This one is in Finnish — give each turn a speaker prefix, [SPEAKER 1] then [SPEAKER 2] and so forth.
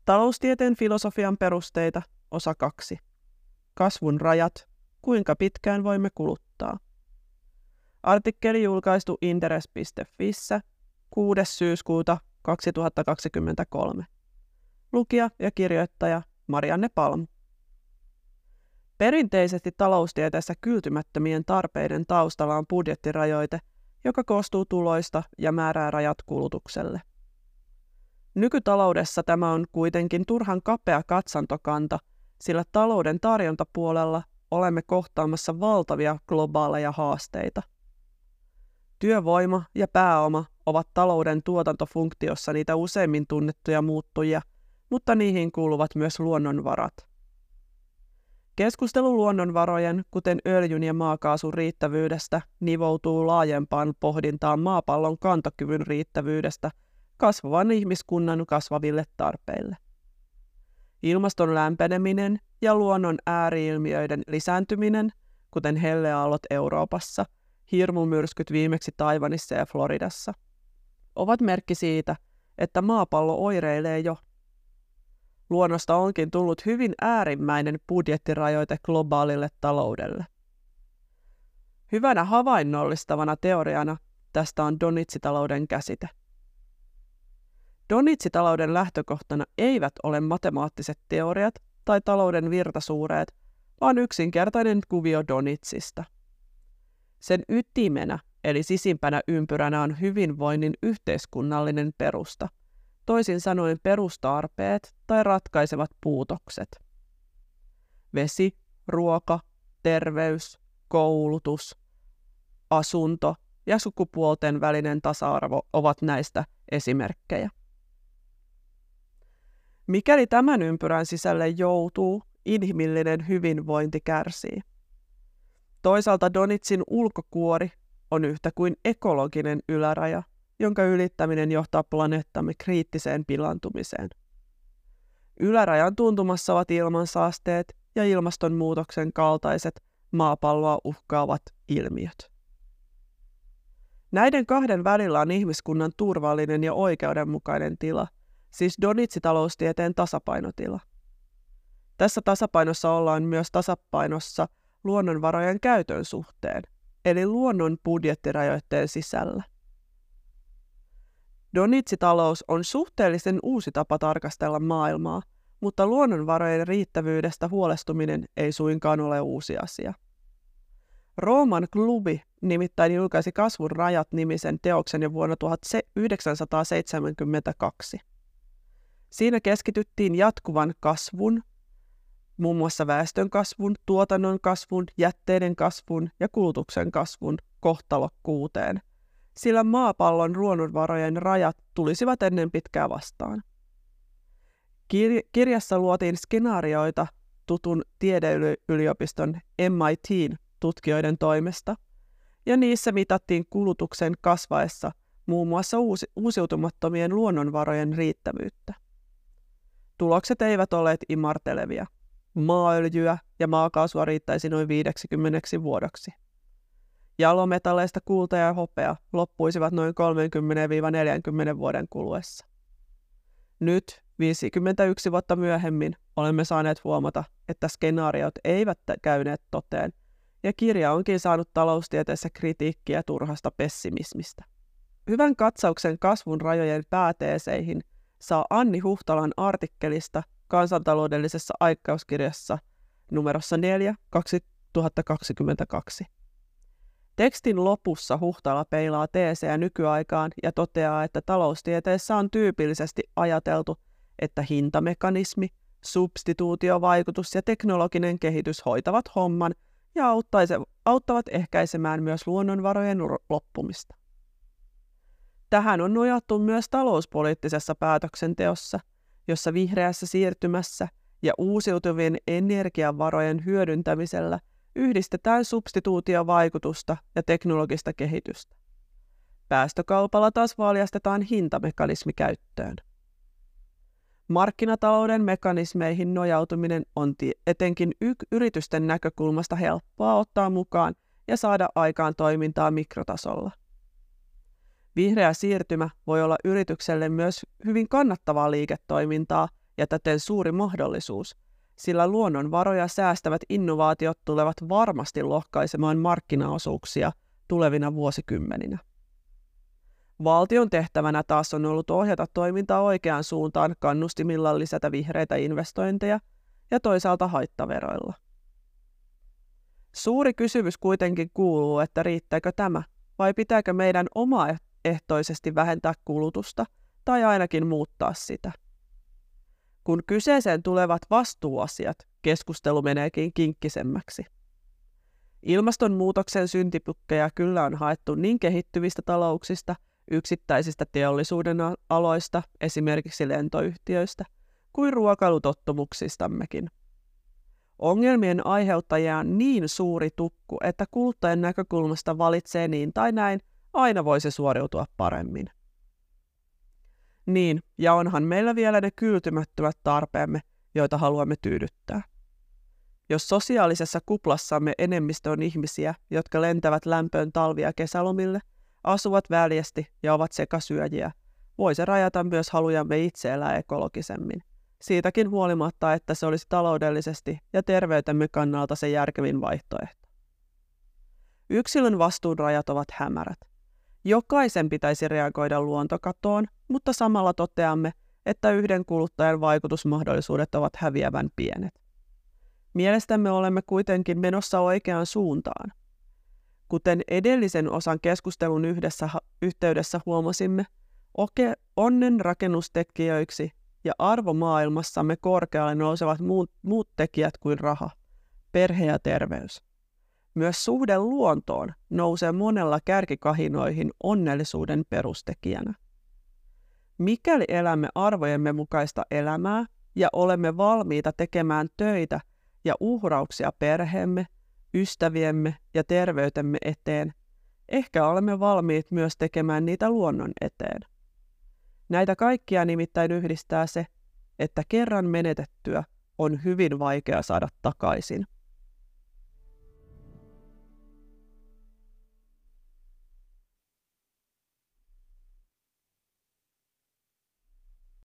[SPEAKER 1] Taloustieteen filosofian perusteita, osa 2. Kasvun rajat, kuinka pitkään voimme kuluttaa. Artikkeli julkaistu interes.fissä 6. syyskuuta 2023. Lukija ja kirjoittaja Marianne Palm. Perinteisesti taloustieteessä kyltymättömien tarpeiden taustalla on budjettirajoite, joka koostuu tuloista ja määrää rajat kulutukselle. Nykytaloudessa tämä on kuitenkin turhan kapea katsantokanta, sillä talouden tarjontapuolella olemme kohtaamassa valtavia globaaleja haasteita. Työvoima ja pääoma ovat talouden tuotantofunktiossa niitä useimmin tunnettuja muuttujia, mutta niihin kuuluvat myös luonnonvarat. Keskustelu luonnonvarojen, kuten öljyn ja maakaasun riittävyydestä, nivoutuu laajempaan pohdintaan maapallon kantokyvyn riittävyydestä kasvavan ihmiskunnan kasvaville tarpeille. Ilmaston lämpeneminen ja luonnon ääriilmiöiden lisääntyminen, kuten helleaallot Euroopassa, hirmumyrskyt viimeksi Taiwanissa ja Floridassa, ovat merkki siitä, että maapallo oireilee jo. Luonnosta onkin tullut hyvin äärimmäinen budjettirajoite globaalille taloudelle. Hyvänä havainnollistavana teoriana tästä on Donitzitalouden käsite. Donitzitalouden lähtökohtana eivät ole matemaattiset teoriat tai talouden virtasuureet, vaan yksinkertainen kuvio Donitzista. Sen ytimenä, eli sisimpänä ympyränä, on hyvinvoinnin yhteiskunnallinen perusta, toisin sanoen perustarpeet tai ratkaisevat puutokset. Vesi, ruoka, terveys, koulutus, asunto ja sukupuolten välinen tasa-arvo ovat näistä esimerkkejä. Mikäli tämän ympyrän sisälle joutuu, inhimillinen hyvinvointi kärsii. Toisaalta Donitzin ulkokuori on yhtä kuin ekologinen yläraja, jonka ylittäminen johtaa planeettamme kriittiseen pilaantumiseen. Ylärajan tuntumassa ovat ilmansaasteet ja ilmastonmuutoksen kaltaiset maapalloa uhkaavat ilmiöt. Näiden kahden välillä on ihmiskunnan turvallinen ja oikeudenmukainen tila, siis Donitsi-taloustieteen tasapainotila. Tässä tasapainossa ollaan myös tasapainossa luonnonvarojen käytön suhteen, eli luonnon budjettirajoitteen sisällä. Donitsi-talous on suhteellisen uusi tapa tarkastella maailmaa, mutta luonnonvarojen riittävyydestä huolestuminen ei suinkaan ole uusi asia. Rooman klubi nimittäin julkaisi Kasvun rajat -nimisen teoksen jo vuonna 1972. Siinä keskityttiin jatkuvan kasvun, muun muassa väestön kasvun, tuotannon kasvun, jätteiden kasvun ja kulutuksen kasvun kohtalokkuuteen, sillä maapallon luonnonvarojen rajat tulisivat ennen pitkää vastaan. Kirjassa luotiin skenaarioita tutun tiedeyliopiston MIT:n tutkijoiden toimesta, ja niissä mitattiin kulutuksen kasvaessa muun muassa uusiutumattomien luonnonvarojen riittävyyttä. Tulokset eivät olleet imartelevia. Maaöljyä ja maakaasua riittäisi noin 50 vuodeksi. Jalometalleista kulta ja hopea loppuisivat noin 30–40 vuoden kuluessa. Nyt, 51 vuotta myöhemmin, olemme saaneet huomata, että skenaariot eivät käyneet toteen, ja kirja onkin saanut taloustieteessä kritiikkiä turhasta pessimismistä. Hyvän katsauksen kasvun rajojen pääteeseihin saa Anni Huhtalan artikkelista kansantaloudellisessa aikakauskirjassa numerossa 4 2022. Tekstin lopussa Huhtala peilaa teesejä nykyaikaan ja toteaa, että taloustieteessä on tyypillisesti ajateltu, että hintamekanismi, substituutiovaikutus ja teknologinen kehitys hoitavat homman ja auttavat ehkäisemään myös luonnonvarojen loppumista. Tähän on nojattu myös talouspoliittisessa päätöksenteossa, jossa vihreässä siirtymässä ja uusiutuvien energiavarojen hyödyntämisellä yhdistetään substituutiovaikutusta ja teknologista kehitystä. Päästökaupalla taas valjastetaan hintamekanismi käyttöön. Markkinatalouden mekanismeihin nojautuminen on etenkin yritysten näkökulmasta helppoa ottaa mukaan ja saada aikaan toimintaa mikrotasolla. Vihreä siirtymä voi olla yritykselle myös hyvin kannattavaa liiketoimintaa ja täten suuri mahdollisuus, sillä luonnonvaroja säästävät innovaatiot tulevat varmasti lohkaisemaan markkinaosuuksia tulevina vuosikymmeninä. Valtion tehtävänä taas on ollut ohjata toimintaa oikeaan suuntaan kannustimilla lisätä vihreitä investointeja ja toisaalta haittaveroilla. Suuri kysymys kuitenkin kuuluu, että riittääkö tämä, vai pitääkö meidän omaehtoisesti vähentää kulutusta tai ainakin muuttaa sitä. Kun kyseeseen tulevat vastuuasiat, keskustelu meneekin kinkkisemmäksi. Ilmastonmuutoksen syntipukkeja kyllä on haettu niin kehittyvistä talouksista, yksittäisistä teollisuuden aloista, esimerkiksi lentoyhtiöistä, kuin ruokailutottumuksistammekin. Ongelmien aiheuttajia on niin suuri tukku, että kuluttajan näkökulmasta valitsee niin tai näin, aina voisi suoriutua paremmin. Niin, ja onhan meillä vielä ne kyltymättömät tarpeemme, joita haluamme tyydyttää. Jos sosiaalisessa kuplassamme enemmistö on ihmisiä, jotka lentävät lämpöön talvi- ja kesälomille, asuvat väljästi ja ovat sekasyöjiä, voi se rajata myös halujamme itse elää ekologisemmin. Siitäkin huolimatta, että se olisi taloudellisesti ja terveytemme kannalta se järkevin vaihtoehto. Yksilön vastuunrajat ovat hämärät. Jokaisen pitäisi reagoida luontokatoon, mutta samalla toteamme, että yhden kuluttajan vaikutusmahdollisuudet ovat häviävän pienet. Mielestämme olemme kuitenkin menossa oikeaan suuntaan. Kuten edellisen osan keskustelun yhteydessä huomasimme, onnen rakennustekijöiksi ja arvomaailmassamme korkealle nousevat muut tekijät kuin raha, perhe ja terveys. Myös suhde luontoon nousee monella kärkikahinoihin onnellisuuden perustekijänä. Mikäli elämme arvojemme mukaista elämää ja olemme valmiita tekemään töitä ja uhrauksia perheemme, ystäviemme ja terveytemme eteen, ehkä olemme valmiit myös tekemään niitä luonnon eteen. Näitä kaikkia nimittäin yhdistää se, että kerran menetettyä on hyvin vaikea saada takaisin.